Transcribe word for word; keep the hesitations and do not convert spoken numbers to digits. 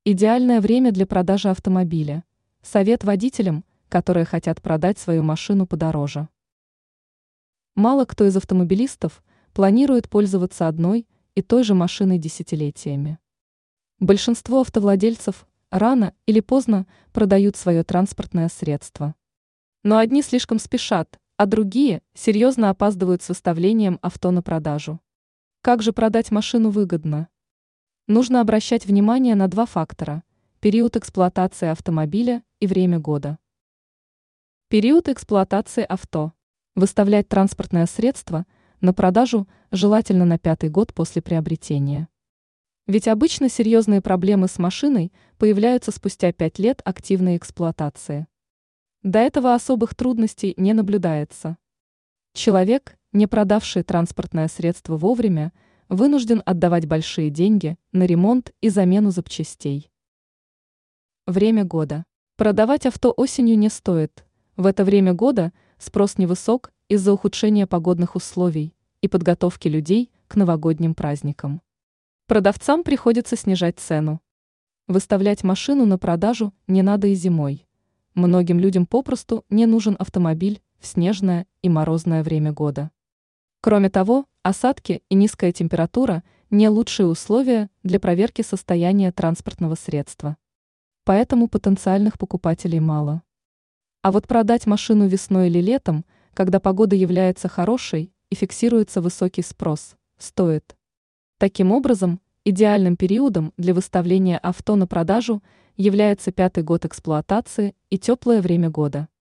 Идеальное время для продажи автомобиля. Совет водителям, которые хотят продать свою машину подороже. Мало кто из автомобилистов планирует пользоваться одной и той же машиной десятилетиями. Большинство автовладельцев рано или поздно продают свое транспортное средство. Но одни слишком спешат, а другие серьезно опаздывают с выставлением авто на продажу. Как же продать машину выгодно? Нужно обращать внимание на два фактора – период эксплуатации автомобиля и время года. Период эксплуатации авто. Выставлять транспортное средство на продажу желательно на пятый год после приобретения. Ведь обычно серьезные проблемы с машиной появляются спустя пять лет активной эксплуатации. До этого особых трудностей не наблюдается. Человек, не продавший транспортное средство вовремя, вынужден отдавать большие деньги на ремонт и замену запчастей. Время года. Продавать авто осенью не стоит. В это время года спрос невысок из-за ухудшения погодных условий и подготовки людей к новогодним праздникам. Продавцам приходится снижать цену. Выставлять машину на продажу не надо и зимой. Многим людям попросту не нужен автомобиль в снежное и морозное время года. Кроме того, осадки и низкая температура – не лучшие условия для проверки состояния транспортного средства. Поэтому потенциальных покупателей мало. А вот продать машину весной или летом, когда погода является хорошей и фиксируется высокий спрос, стоит. Таким образом, идеальным периодом для выставления авто на продажу является пятый год эксплуатации и теплое время года.